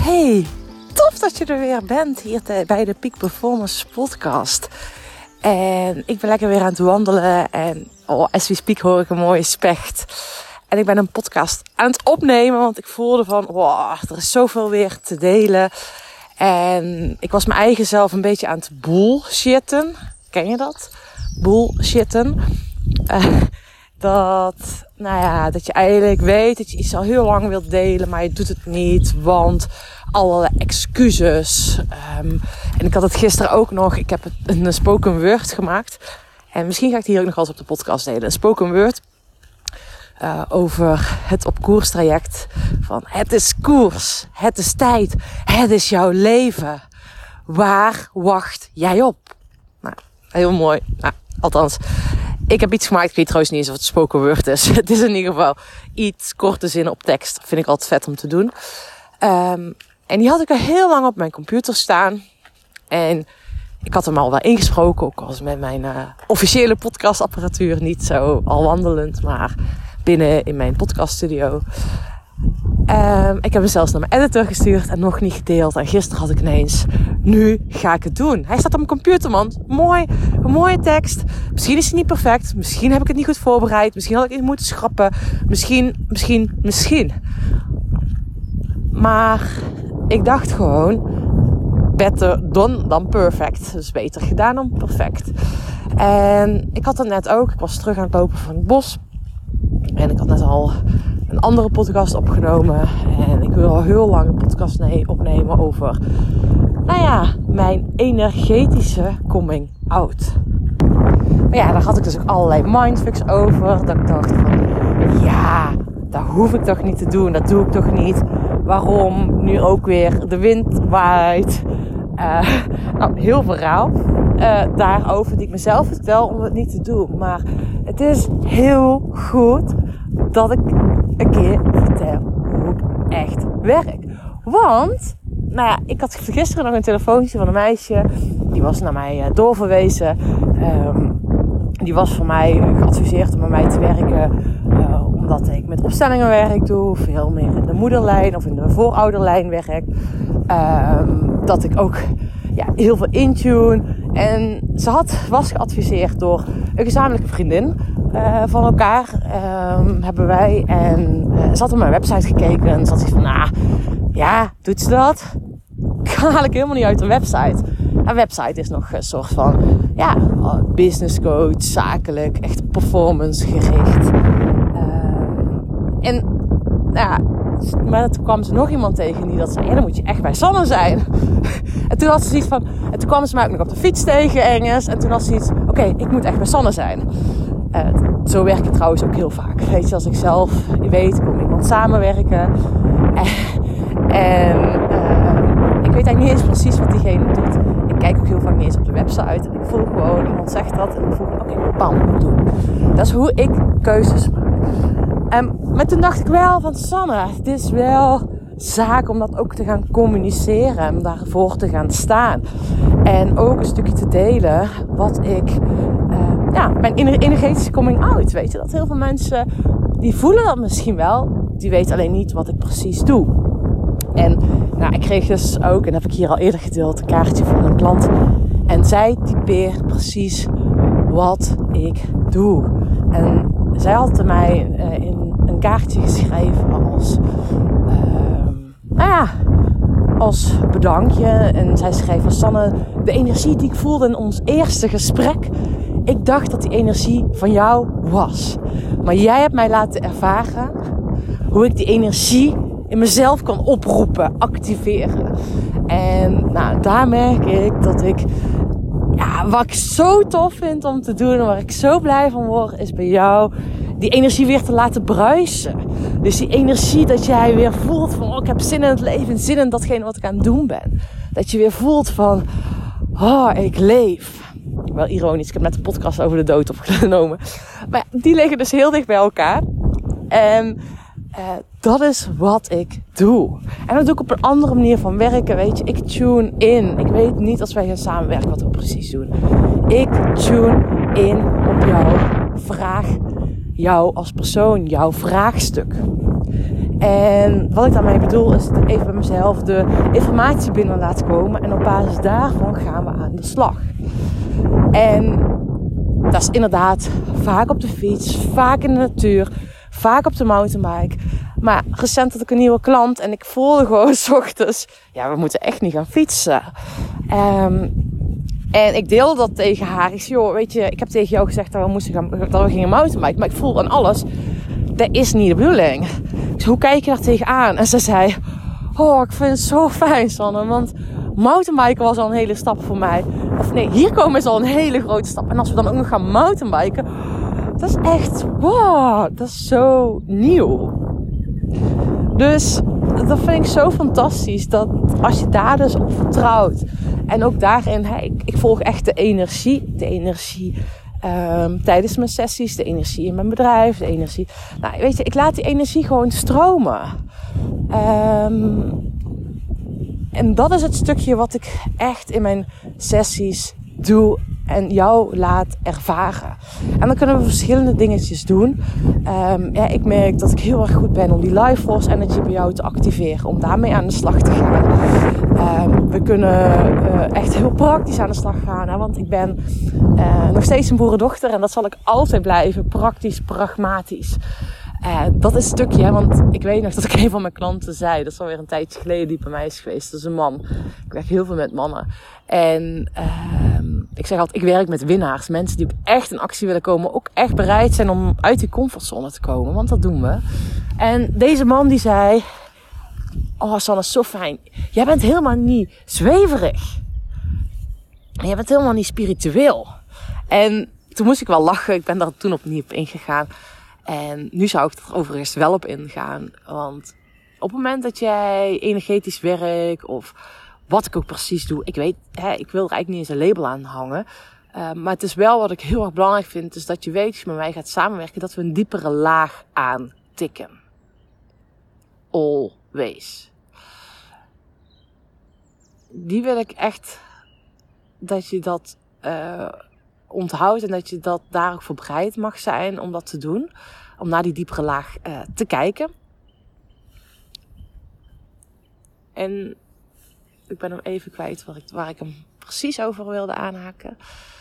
Hey, tof dat je er weer bent hier bij de Peak Performance podcast. En ik ben lekker weer aan het wandelen en as we speak hoor ik een mooie specht. En ik ben een podcast aan het opnemen, want ik voelde van, er is zoveel weer te delen. En ik was mijn eigen zelf een beetje aan het bullshitten. Ken je dat? Bullshitten. Dat je eigenlijk weet dat je iets al heel lang wilt delen, maar je doet het niet, want allerlei excuses. En ik had het gisteren ook nog, ik heb een spoken word gemaakt. En misschien ga ik die hier ook nog wel eens op de podcast delen. Een spoken word over het op koers traject. Van het is koers, het is tijd, het is jouw leven. Waar wacht jij op? Nou, heel mooi. Nou, althans, ik heb iets gemaakt, ik weet trouwens niet eens of het spoken word is. Het is in ieder geval iets korte zinnen op tekst. Vind ik altijd vet om te doen. En die had ik al heel lang op mijn computer staan. En ik had hem al wel ingesproken, ook al met mijn officiële podcastapparatuur. Niet zo al wandelend, maar binnen in mijn podcaststudio. Ik heb hem zelfs naar mijn editor gestuurd en nog niet gedeeld. En gisteren had ik ineens, nu ga ik het doen. Hij staat op mijn computer, man. Mooi, een mooie tekst. Misschien is hij niet perfect. Misschien heb ik het niet goed voorbereid. Misschien had ik het moeten schrappen. Misschien. Maar ik dacht gewoon, better done dan perfect. Dus beter gedaan dan perfect. En ik had het net ook. Ik was terug aan het lopen van het bos. En ik had net al een andere podcast opgenomen. En ik wil al heel lang een podcast opnemen over, mijn energetische coming out. Maar ja, daar had ik dus ook allerlei mindfucks over. Dat ik dacht van, dat hoef ik toch niet te doen. Dat doe ik toch niet. Waarom nu ook weer de wind waait. Heel verhaal daarover die ik mezelf vertel om het niet te doen. Maar het is heel goed dat ik een keer vertel hoe ik echt werk. Want, ik had gisteren nog een telefoontje van een meisje. Die was naar mij doorverwezen. Die was voor mij geadviseerd om bij mij te werken. Omdat ik met opstellingenwerk doe. Veel meer in de moederlijn of in de voorouderlijn werk. Dat ik ook heel veel intune. En ze was geadviseerd door een gezamenlijke vriendin van elkaar. Hebben wij. En ze had op mijn website gekeken. En ze had zoiets van, doet ze dat? Haal ik helemaal niet uit de website. Haar website is nog een soort van, business coach, zakelijk, echt performance gericht. Maar toen kwam ze nog iemand tegen die dat zei, dan moet je echt bij Sanne zijn. En toen had ze zoiets van, en toen kwam ze mij ook nog op de fiets tegen ergens. En toen had ze iets, ik moet echt bij Sanne zijn. Zo werk ik trouwens ook heel vaak. Weet je, als ik zelf weet, ik wil met iemand samenwerken. Ik weet eigenlijk niet eens precies wat diegene doet. Ik kijk ook heel vaak niet eens op de website. En ik voel gewoon, iemand zegt dat. En ik voel, bam, doen. Dat is hoe ik keuzes maak. Maar toen dacht ik wel van, Sanne, het is wel zaak om dat ook te gaan communiceren. En daarvoor te gaan staan. En ook een stukje te delen wat ik, mijn energetische coming out, weet je. Dat heel veel mensen, die voelen dat misschien wel. Die weten alleen niet wat ik precies doe. En ik kreeg dus ook, en dat heb ik hier al eerder gedeeld, een kaartje van een klant. En zij typeert precies wat ik doe. En zij had mij in een kaartje geschreven als bedankje. En zij schreef van, Sanne, de energie die ik voelde in ons eerste gesprek. Ik dacht dat die energie van jou was. Maar jij hebt mij laten ervaren hoe ik die energie in mezelf kan oproepen, activeren. En daar merk ik dat ik, wat ik zo tof vind om te doen en waar ik zo blij van word, is bij jou die energie weer te laten bruisen. Dus die energie dat jij weer voelt van, ik heb zin in het leven, zin in datgene wat ik aan het doen ben. Dat je weer voelt van, ik leef. Wel ironisch, ik heb net een podcast over de dood opgenomen. Maar die liggen dus heel dicht bij elkaar. En dat is wat ik doe. En dat doe ik op een andere manier van werken, weet je. Ik tune in. Ik weet niet als wij gaan samenwerken wat we precies doen. Ik tune in op jouw vraag. Jou als persoon, jouw vraagstuk. En wat ik daarmee bedoel is dat ik even bij mezelf de informatie binnen laat komen. En op basis daarvan gaan we aan de slag. En dat is inderdaad vaak op de fiets, vaak in de natuur, vaak op de mountainbike. Maar recent had ik een nieuwe klant en ik voelde gewoon 's ochtends, ja, we moeten echt niet gaan fietsen. En ik deelde dat tegen haar. Ik zei, joh, weet je, ik heb tegen jou gezegd dat we gingen mountainbiken. Maar ik voel aan alles, dat is niet de bedoeling. Dus hoe kijk je daar tegenaan? En ze zei, oh, ik vind het zo fijn, Sanne. Want mountainbiken was al een hele stap voor mij. Of nee, hier komen is al een hele grote stap. En als we dan ook nog gaan mountainbiken, dat is echt, wow, dat is zo nieuw. Dus dat vind ik zo fantastisch. Dat als je daar dus op vertrouwt. En ook daarin, ik volg echt de energie. De energie tijdens mijn sessies. De energie in mijn bedrijf. De energie. Nou, weet je, ik laat die energie gewoon stromen. En dat is het stukje wat ik echt in mijn sessies doe. En jou laat ervaren. En dan kunnen we verschillende dingetjes doen. Ik merk dat ik heel erg goed ben om die Life Force Energy bij jou te activeren. Om daarmee aan de slag te gaan. We kunnen echt heel praktisch aan de slag gaan. Hè, want ik ben nog steeds een boerendochter. En dat zal ik altijd blijven. Praktisch, pragmatisch. Dat is een stukje, hè, want ik weet nog dat ik een van mijn klanten zei. Dat is alweer een tijdje geleden die bij mij is geweest. Dat is een man. Ik werk heel veel met mannen. En ik zeg altijd, ik werk met winnaars. Mensen die ook echt in actie willen komen. Ook echt bereid zijn om uit die comfortzone te komen. Want dat doen we. En deze man die zei, oh Sanne, zo fijn. Jij bent helemaal niet zweverig. Jij bent helemaal niet spiritueel. En toen moest ik wel lachen. Ik ben daar toen opnieuw op ingegaan. En nu zou ik er overigens wel op ingaan. Want op het moment dat jij energetisch werkt of wat ik ook precies doe. Ik weet, ik wil er eigenlijk niet eens een label aan hangen. Maar het is wel wat ik heel erg belangrijk vind. Is dat je weet, als je met mij gaat samenwerken, dat we een diepere laag aantikken. Always. Die wil ik echt dat je dat onthoudt en dat je dat daar ook voor bereid mag zijn om dat te doen. Om naar die diepere laag te kijken. En ik ben hem even kwijt waar ik hem precies over wilde aanhaken.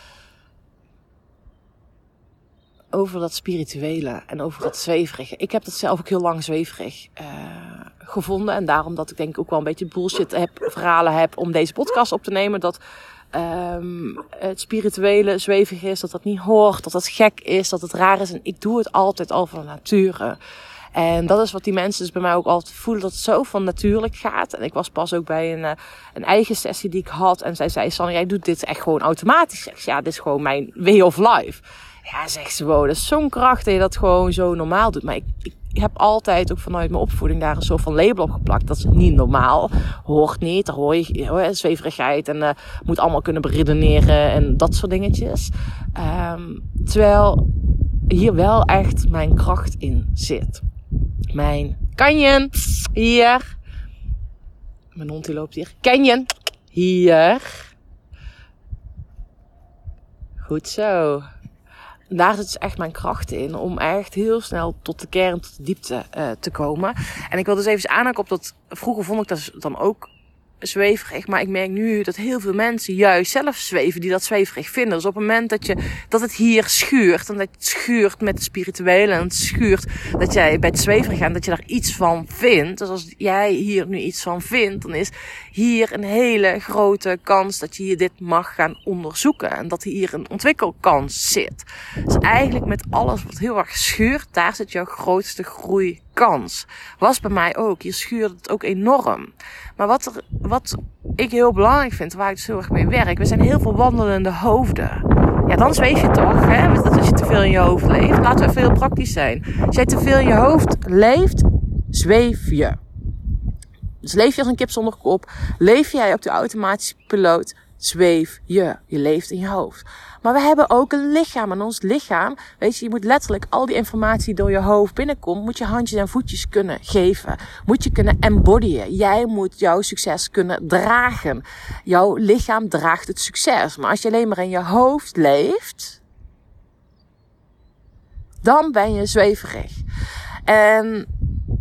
Over dat spirituele en over dat zweverige. Ik heb dat zelf ook heel lang zweverig gevonden. En daarom dat ik denk ook wel een beetje bullshit verhalen heb om deze podcast op te nemen. Dat het spirituele zwevig is, dat dat niet hoort, dat dat gek is, dat het raar is. En ik doe het altijd al van nature. En dat is wat die mensen dus bij mij ook altijd voelen, dat het zo van natuurlijk gaat. En ik was pas ook bij een eigen sessie die ik had. En zij zei, Sanne, jij doet dit echt gewoon automatisch. Zeg, ja, dit is gewoon mijn way of life. Ja, zegt ze, wow, dat is zo'n kracht dat je dat gewoon zo normaal doet. Maar ik heb altijd ook vanuit mijn opvoeding daar een soort van label op geplakt. Dat is niet normaal. Hoort niet. Daar hoor je zweverigheid. En moet allemaal kunnen beredeneren. En dat soort dingetjes. Terwijl hier wel echt mijn kracht in zit. Mijn kanjen. Hier. Mijn hond die loopt hier. Kanjen. Hier. Goed zo. Daar zit dus echt mijn kracht in. Om echt heel snel tot de kern, tot de diepte te komen. En ik wil dus even aanhaken op dat. Vroeger vond ik dat dan ook zweverig. Maar ik merk nu dat heel veel mensen juist zelf zweven. Die dat zweverig vinden. Dus op het moment dat het hier schuurt. En dat het schuurt met het spirituele. En het schuurt dat jij bij het zweverig gaat. Dat je daar iets van vindt. Dus als jij hier nu iets van vindt. Dan is hier een hele grote kans dat je hier dit mag gaan onderzoeken. En dat hier een ontwikkelkans zit. Dus eigenlijk met alles wat heel erg schuurt. Daar zit jouw grootste groeikans. Was bij mij ook. Hier schuurt het ook enorm. Maar wat ik heel belangrijk vind, waar ik dus heel erg mee werk. We zijn heel veel wandelende hoofden. Ja, dan zweef je toch, hè? Dat als je te veel in je hoofd leeft. Laten we even heel praktisch zijn. Als jij te veel in je hoofd leeft, zweef je. Dus leef je als een kip zonder kop. Leef jij op de automatische piloot, zweef je. Je leeft in je hoofd. Maar we hebben ook een lichaam. En ons lichaam, weet je, je moet letterlijk al die informatie door je hoofd binnenkomt, moet je handjes en voetjes kunnen geven. Moet je kunnen embodyen. Jij moet jouw succes kunnen dragen. Jouw lichaam draagt het succes. Maar als je alleen maar in je hoofd leeft, dan ben je zweverig. En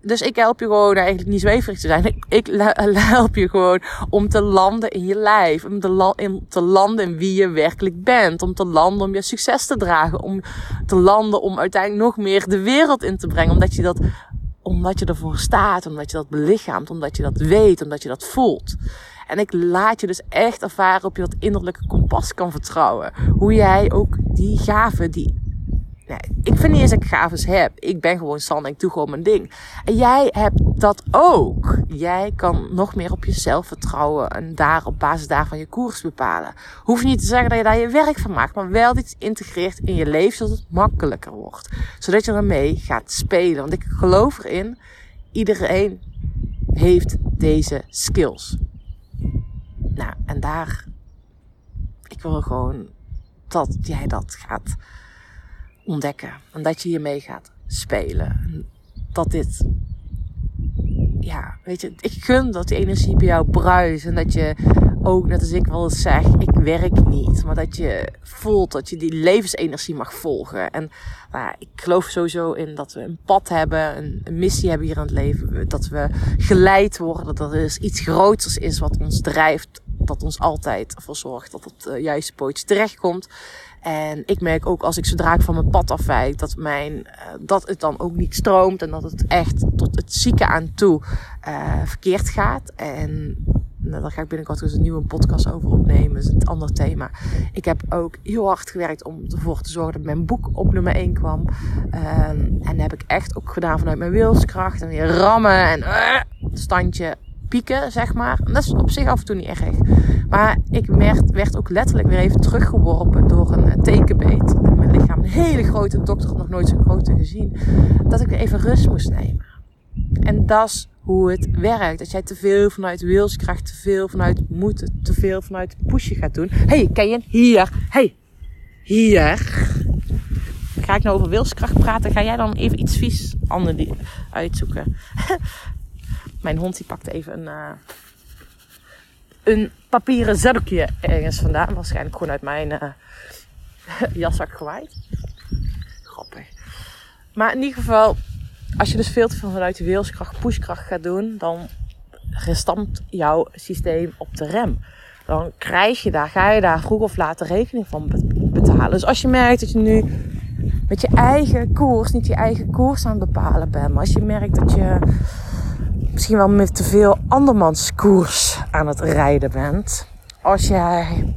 Dus ik help je gewoon eigenlijk niet zweverig te zijn. Ik help je gewoon om te landen in je lijf. Om te landen in wie je werkelijk bent. Om te landen om je succes te dragen. Om te landen om uiteindelijk nog meer de wereld in te brengen. Omdat je ervoor staat. Omdat je dat belichaamt. Omdat je dat weet. Omdat je dat voelt. En ik laat je dus echt ervaren op je dat innerlijke kompas kan vertrouwen. Hoe jij ook die gaven ik vind niet eens dat ik gaves heb. Ik ben gewoon Sanne. Ik doe gewoon mijn ding. En jij hebt dat ook. Jij kan nog meer op jezelf vertrouwen. En op basis daarvan je koers bepalen. Hoef niet te zeggen dat je daar je werk van maakt. Maar wel iets integreert in je leven. Zodat het makkelijker wordt. Zodat je ermee gaat spelen. Want ik geloof erin. Iedereen heeft deze skills. Nou, en ik wil gewoon dat jij dat gaat ontdekken. En dat je hiermee gaat spelen. Dat dit, weet je, ik gun dat die energie bij jou bruist. En dat je ook, net als ik wel eens zeg, ik werk niet. Maar dat je voelt dat je die levensenergie mag volgen. En ik geloof sowieso in dat we een pad hebben, een missie hebben hier in het leven. Dat we geleid worden, dat er iets groters is wat ons drijft. Dat ons altijd ervoor zorgt dat het juiste pootje terechtkomt. En ik merk ook zodra ik van mijn pad afwijk, dat het dan ook niet stroomt. En dat het echt tot het zieke aan toe verkeerd gaat. En daar ga ik binnenkort dus een nieuwe podcast over opnemen. Dat is een ander thema. Ik heb ook heel hard gewerkt om ervoor te zorgen dat mijn boek op nummer 1 kwam. En dat heb ik echt ook gedaan vanuit mijn wilskracht. En weer rammen en standje pieken, zeg maar. En dat is op zich af en toe niet erg. Maar ik werd ook letterlijk weer even teruggeworpen door een tekenbeet. In mijn lichaam, een hele grote, de dokter had nog nooit zo'n grote gezien. Dat ik weer even rust moest nemen. En dat is hoe het werkt. Dat jij te veel vanuit wilskracht, te veel vanuit moeten, te veel vanuit pushen gaat doen. Hey, ken je? Hier. Ga ik nou over wilskracht praten? Ga jij dan even iets vies uitzoeken? Mijn hond die pakt even een papieren zakje ergens vandaan. Waarschijnlijk gewoon uit mijn jaszak gewaaid. Grappig. Maar in ieder geval, als je dus veel te veel vanuit je wilskracht, pushkracht gaat doen, dan stampt jouw systeem op de rem. Dan ga je daar vroeg of laat de rekening van betalen. Dus als je merkt dat je nu met je eigen koers, niet je eigen koers aan het bepalen bent. Maar als je merkt dat je misschien wel met te veel andermans koers aan het rijden bent. Als jij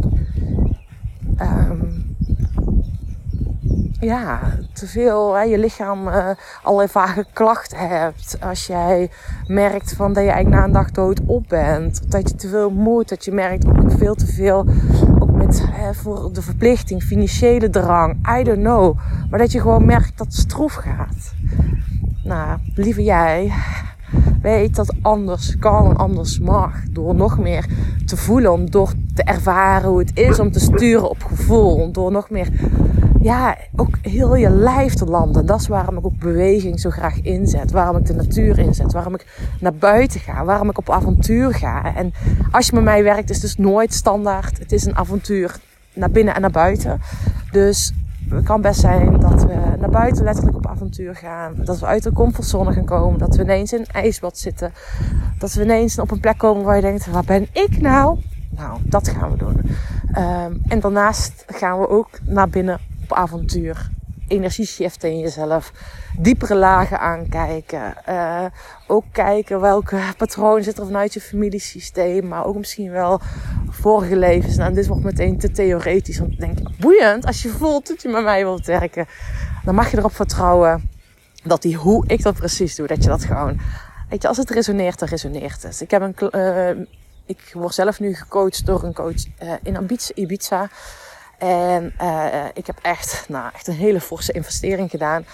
te veel je lichaam allerlei vage klachten hebt. Als jij merkt dat je eigenlijk na een dag dood op bent. Dat je te veel moet. Dat je merkt ook veel te veel. Ook met voor de verplichting, financiële drang. I don't know. Maar dat je gewoon merkt dat het stroef gaat. Nou, lieve jij, weet dat anders kan en anders mag. Door nog meer te voelen. Door te ervaren hoe het is om te sturen op gevoel. Door nog meer, ook heel je lijf te landen. Dat is waarom ik ook beweging zo graag inzet. Waarom ik de natuur inzet. Waarom ik naar buiten ga. Waarom ik op avontuur ga. En als je met mij werkt, is het dus nooit standaard. Het is een avontuur naar binnen en naar buiten. Dus het kan best zijn dat we naar buiten letterlijk op avontuur gaan. Dat we uit de comfortzone gaan komen. Dat we ineens in een ijsbad zitten. Dat we ineens op een plek komen waar je denkt, waar ben ik nou? Nou, dat gaan we doen. En daarnaast gaan we ook naar binnen op avontuur. Energie shiften in jezelf. Diepere lagen aankijken. Ook kijken welke patronen zitten er vanuit je familiesysteem. Maar ook misschien wel vorige levens. Nou, dit wordt meteen te theoretisch. Want ik denk, boeiend. Als je voelt dat je met mij wilt werken. Dan mag je erop vertrouwen dat hoe ik dat precies doe. Dat je dat gewoon, weet je, als het resoneert, dan resoneert het. Ik word zelf nu gecoacht door een coach in Ibiza. En ik heb echt een hele forse investering gedaan.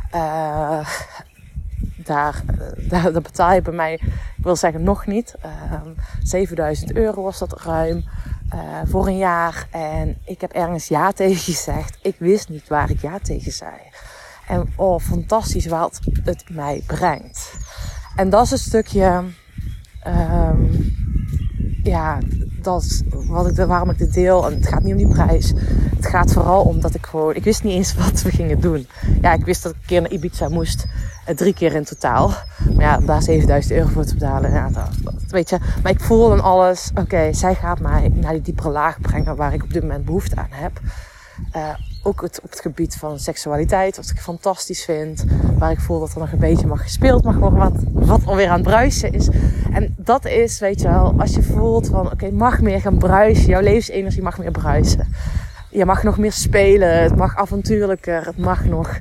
Daar betaal je bij mij, ik wil zeggen nog niet, €7.000 was dat ruim voor een jaar. En ik heb ergens ja tegen gezegd. Ik wist niet waar ik ja tegen zei. En fantastisch wat het mij brengt. En dat is een stukje, dat is waarom ik dit deel. En het gaat niet om die prijs. Het gaat vooral om dat ik wist niet eens wat we gingen doen. Ja, ik wist dat ik een keer naar Ibiza moest. 3 keer in totaal. Maar ja, om daar 7.000 euro voor te betalen. Ja, dat weet je. Maar ik voel dan alles. Oké, zij gaat mij naar die diepere laag brengen waar ik op dit moment behoefte aan heb. Ook op het gebied van seksualiteit, wat ik fantastisch vind. Waar ik voel dat er nog een beetje mag gespeeld mag worden. Wat alweer aan het bruisen is. En dat is, weet je wel, als je voelt van oké, mag meer gaan bruisen. Jouw levensenergie mag meer bruisen. Je mag nog meer spelen. Het mag avontuurlijker. Het mag nog,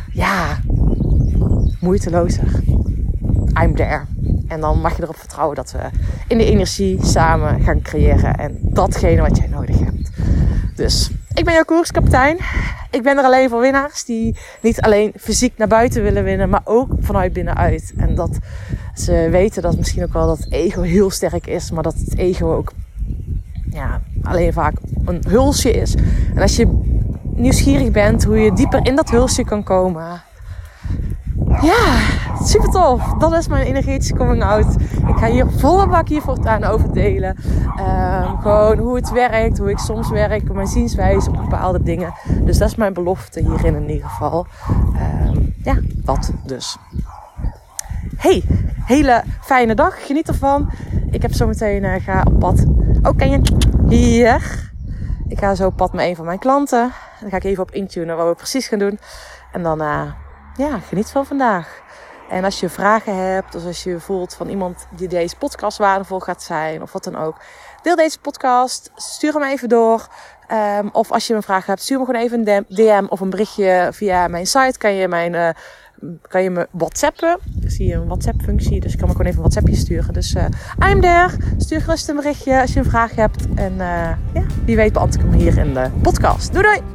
moeitelozer. I'm there. En dan mag je erop vertrouwen dat we in de energie samen gaan creëren. En datgene wat jij nodig hebt. Dus ik ben jouw koerskapitein. Ik ben er alleen voor winnaars die niet alleen fysiek naar buiten willen winnen, maar ook vanuit binnenuit. En dat ze weten dat misschien ook wel dat het ego heel sterk is, maar dat het ego ook alleen vaak een hulsje is. En als je nieuwsgierig bent hoe je dieper in dat hulsje kan komen. Ja, super tof. Dat is mijn energetische coming out. Ik ga hier volle bak hier voortaan over delen. Gewoon hoe het werkt, hoe ik soms werk, mijn zienswijze op bepaalde dingen. Dus dat is mijn belofte hierin in ieder geval. Dat dus. Hey, hele fijne dag. Geniet ervan. Ik heb zometeen ga op pad. Oh, ken je? Hier. Ik ga zo op pad met een van mijn klanten. Dan ga ik even op intunen wat we precies gaan doen. En dan... geniet van vandaag. En als je vragen hebt, of als je voelt van iemand die deze podcast waardevol gaat zijn, of wat dan ook, deel deze podcast, stuur hem even door. Of als je een vraag hebt, stuur me gewoon even een DM of een berichtje via mijn site. Kan je me WhatsAppen. Ik zie een WhatsApp functie, dus ik kan me gewoon even een WhatsAppje sturen. Dus I'm there. Stuur gerust een berichtje als je een vraag hebt. En wie weet beantwoord ik hem hier in de podcast. Doei doei!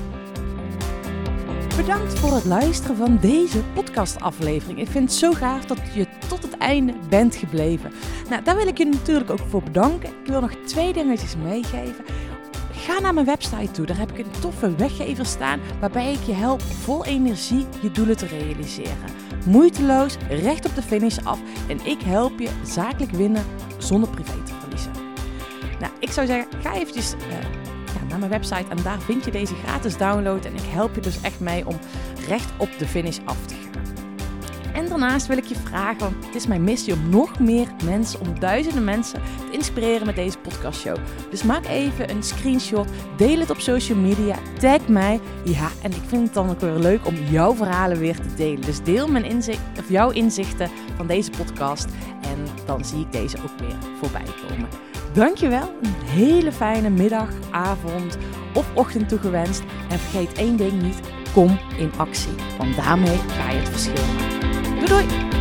Bedankt voor het luisteren van deze podcastaflevering. Ik vind het zo gaaf dat je tot het einde bent gebleven. Nou, daar wil ik je natuurlijk ook voor bedanken. Ik wil nog 2 dingetjes meegeven. Ga naar mijn website toe. Daar heb ik een toffe weggever staan waarbij ik je help vol energie je doelen te realiseren. Moeiteloos, recht op de finish af. En ik help je zakelijk winnen zonder privé te verliezen. Nou, ik zou zeggen, ga eventjes... naar mijn website en daar vind je deze gratis download en ik help je dus echt mee om recht op de finish af te gaan. En daarnaast wil ik je vragen, want het is mijn missie om nog meer mensen, om duizenden mensen te inspireren met deze podcastshow. Dus maak even een screenshot, deel het op social media, tag mij. Ja, en ik vind het dan ook weer leuk om jouw verhalen weer te delen. Dus deel jouw inzichten van deze podcast en dan zie ik deze ook weer voorbij komen. Dankjewel, een hele fijne middag, avond of ochtend toegewenst. En vergeet 1 ding niet, kom in actie. Want daarmee ga je het verschil maken. Doei doei!